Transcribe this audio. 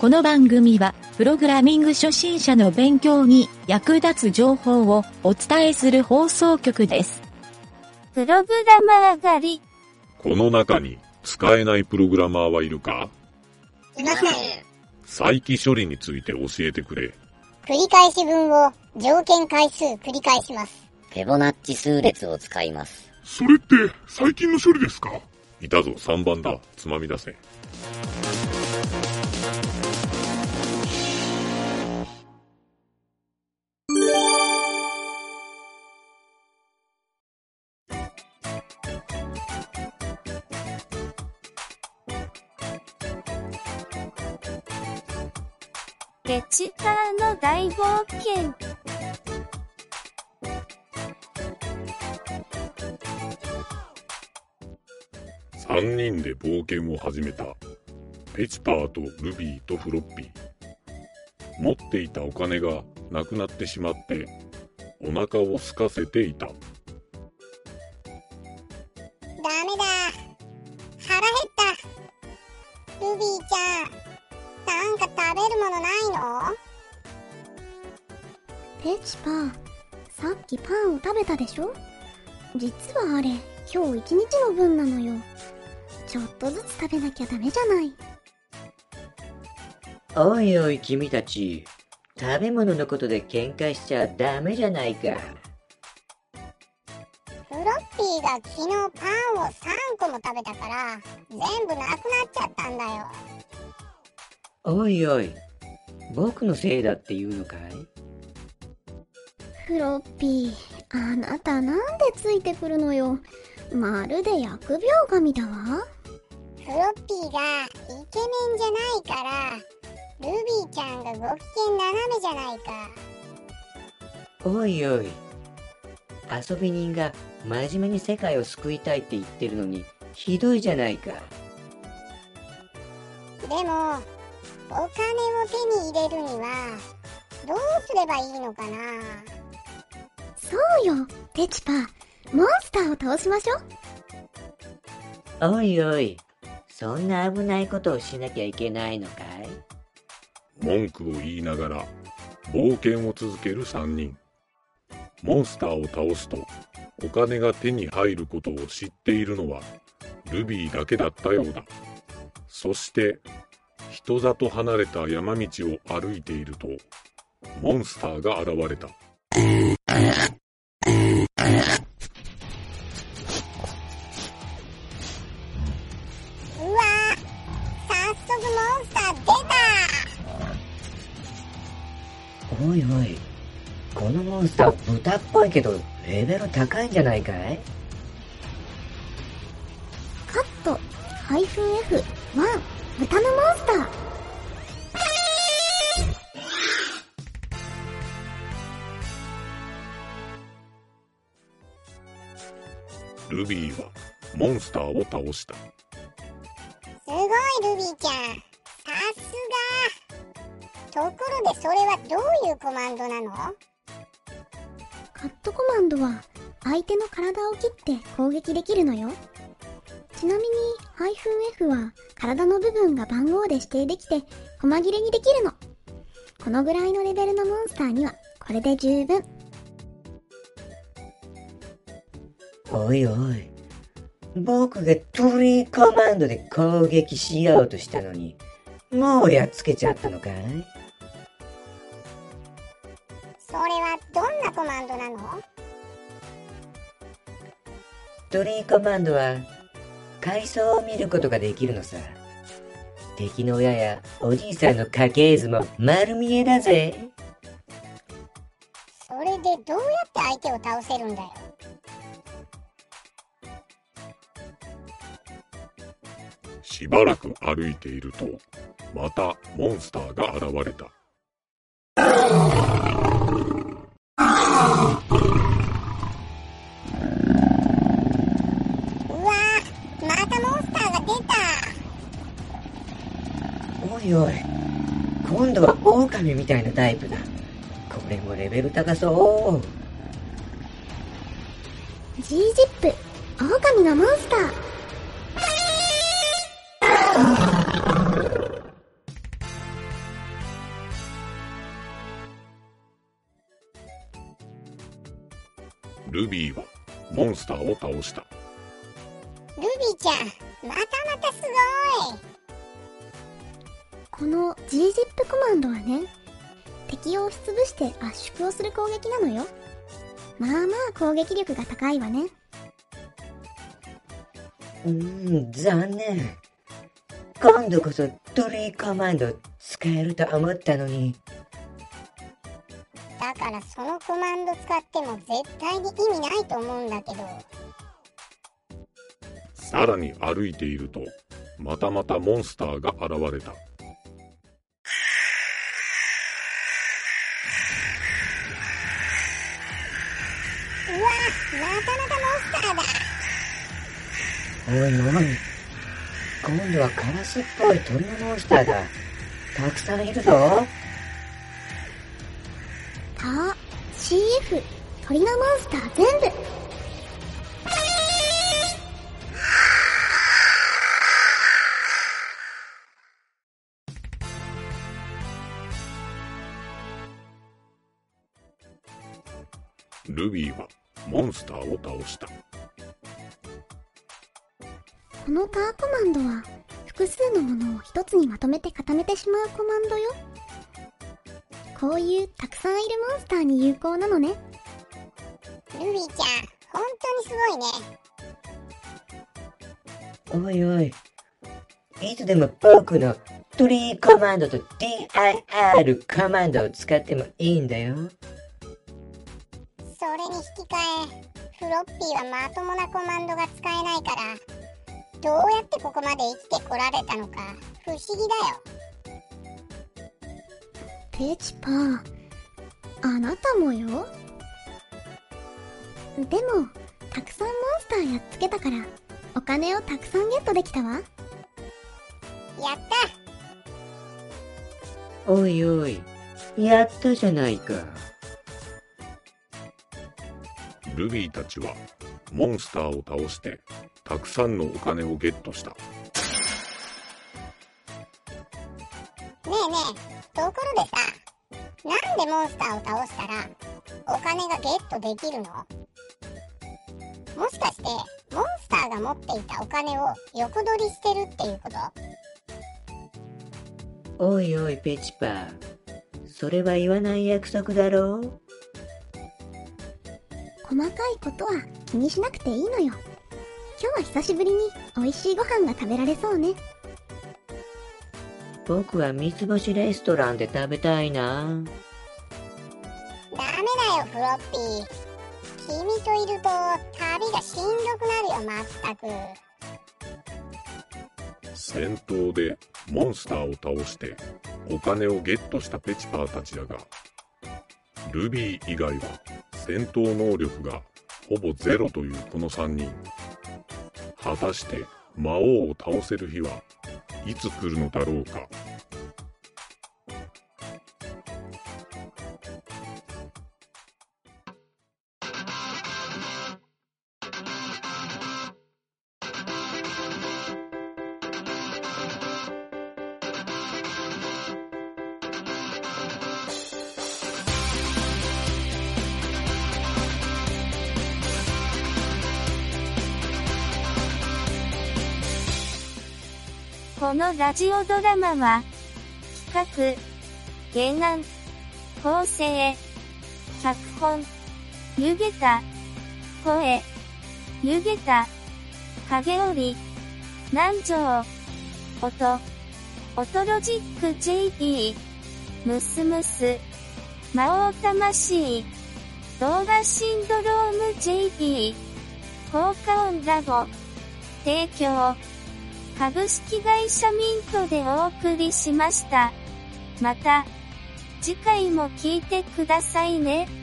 の番組はプログラミング初心者の勉強に役立つ情報をお伝えする放送局です。 プログラマー狩り。 この中に使えないプログラマーはいるか？ いません。 再帰処理について教えてくれ。 繰り返し分を条件回数繰り返します。 フェボナッチ数列を使います。 それって最近の処理ですか？ いたぞ、3番だ。つまみ出せ。 ペチカーの大冒険。 3人で冒険を始めた。ペチパーとルビーとフロッピー。持っていたお金がなくなってしまってお腹を空かせていた。 ダメだ。腹減った。ルビーちゃん、なんか食べるものないの？ ペチパー、さっきパンを食べたでしょ？実はあれ、今日一日の分なのよ。ちょっとずつ食べなきゃダメじゃない。 おいおい君たち、食べ物のことで喧嘩しちゃダメじゃないか。 フロッピーが昨日パンを3個も食べたから全部なくなっちゃったんだよ。 おいおい、僕のせいだって言うのかい？ フロッピー、あなたなんでついてくるのよ。まるで疫病神だわ。 フロッピーがイケメンじゃないからルビーちゃんがご機嫌斜めじゃないか。 おいおい、遊び人が真面目に世界を救いたいって言ってるのにひどいじゃないか。 でもお金を手に入れるにはどうすればいいのかな？ そうよ、ペチパー、モンスターを倒しましょう。おいおい、そんな危ないことをしなきゃいけないのかい？ 文句を言いながら冒険を続ける3人。モンスターを倒すとお金が手に入ることを知っているのはルビーだけだったようだ。そして人里離れた山道を歩いているとモンスターが現れた。 うわー、早速モンスター出た。 おいおい、このモンスター豚っぽいけどレベル高いんじゃないかい？ カット-F1、豚のモンスター。 ルビーはモンスターを倒した。 すごいルビーちゃん、さすが。ところでそれはどういうコマンドなの？ カットコマンドは相手の体を切って攻撃できるのよ。ちなみに-F は体の部分が番号で指定できて細切れにできるの。このぐらいのレベルのモンスターにはこれで十分。 おいおい、僕がトリーコマンドで攻撃しようとしたのにもうやっつけちゃったのかい？ それはどんなコマンドなの？ トリーコマンドは階層を見ることができるのさ。敵の親やおじいさんの家系図も丸見えだぜ。 それでどうやって相手を倒せるんだよ？ しばらく歩いているとまたモンスターが現れた。 うわー、またモンスターが出た。 おいおい、今度は狼みたいなタイプだ。これもレベル高そう。 G ジップ、狼のモンスター。 ルビーはモンスターを倒した。 ルビーちゃん、またまたすごい。 この G-ZIP コマンドはね、敵を押しつぶして圧縮をする攻撃なのよ。まあまあ攻撃力が高いわね。 残念。今度こそトリーコマンド使えると思ったのに。 だからそのコマンド使っても絶対に意味ないと思うんだけど。 さらに歩いていると、またまたモンスターが現れた。 うわ、またまたモンスターだ。 おいおい、今度はカラスっぽい鳥のモンスターがたくさんいるぞ。 CF 鳥のモンスター全部。 ルビーはモンスターを倒した。 このターコマンドは複数のものを一つにまとめて固めてしまうコマンドよ。こういうたくさんいるモンスターに有効なのね。 ルビーちゃん、本当にすごいね。 おいおい、いつでも僕のトリーコマンドと DIR コマンドを使ってもいいんだよ。 それに引き換え、フロッピーはまともなコマンドが使えないから、どうやってここまで生きてこられたのか不思議だよ。 ペチパー、あなたもよ。でもたくさんモンスターやっつけたからお金をたくさんゲットできたわ。 やった。 おいおい、やったじゃないか。 ルビーたちはモンスターを倒してたくさんのお金をゲットした。 ねえねえ、ところでさ、なんでモンスターを倒したらお金がゲットできるの？もしかしてモンスターが持っていたお金を横取りしてるっていうこと？ おいおいペチパー、それは言わない約束だろう。 細かいことは気にしなくていいのよ。今日は久しぶりに美味しいご飯が食べられそうね。 僕は三つ星レストランで食べたいな。 ダメだよフロッピー。君といると旅がしんどくなるよ。まったく。 戦闘でモンスターを倒してお金をゲットしたペチパーたちだが、ルビー以外は戦闘能力がほぼゼロというこの3人。果たして魔王を倒せる日はいつ来るのだろうか。 このラジオドラマは、企画、原案、構成、脚本、湯桁、声、湯桁、影織、南條、音、音ロジック JP、ムスムス、魔王魂、動画シンドローム JP、効果音ラボ、提供、株式会社ミントでお送りしました。また次回も聞いてくださいね。